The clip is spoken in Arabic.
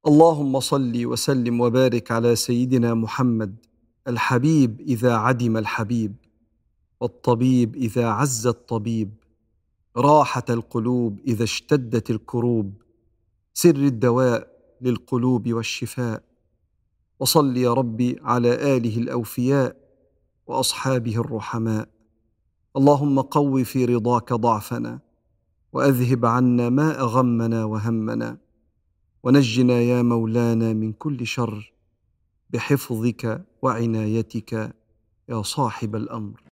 اللهم صل وسلم وبارك على سيدنا محمد، الحبيب إذا عدم الحبيب، والطبيب إذا عز الطبيب، راحة القلوب إذا اشتدت الكروب، سر الدواء للقلوب والشفاء. وصل يا ربي على آله الأوفياء وأصحابه الرحماء. اللهم قو في رضاك ضعفنا، وأذهب عنا ما أغمنا وهمنا، ونجنا يا مولانا من كل شر بحفظك وعنايتك يا صاحب الأمر.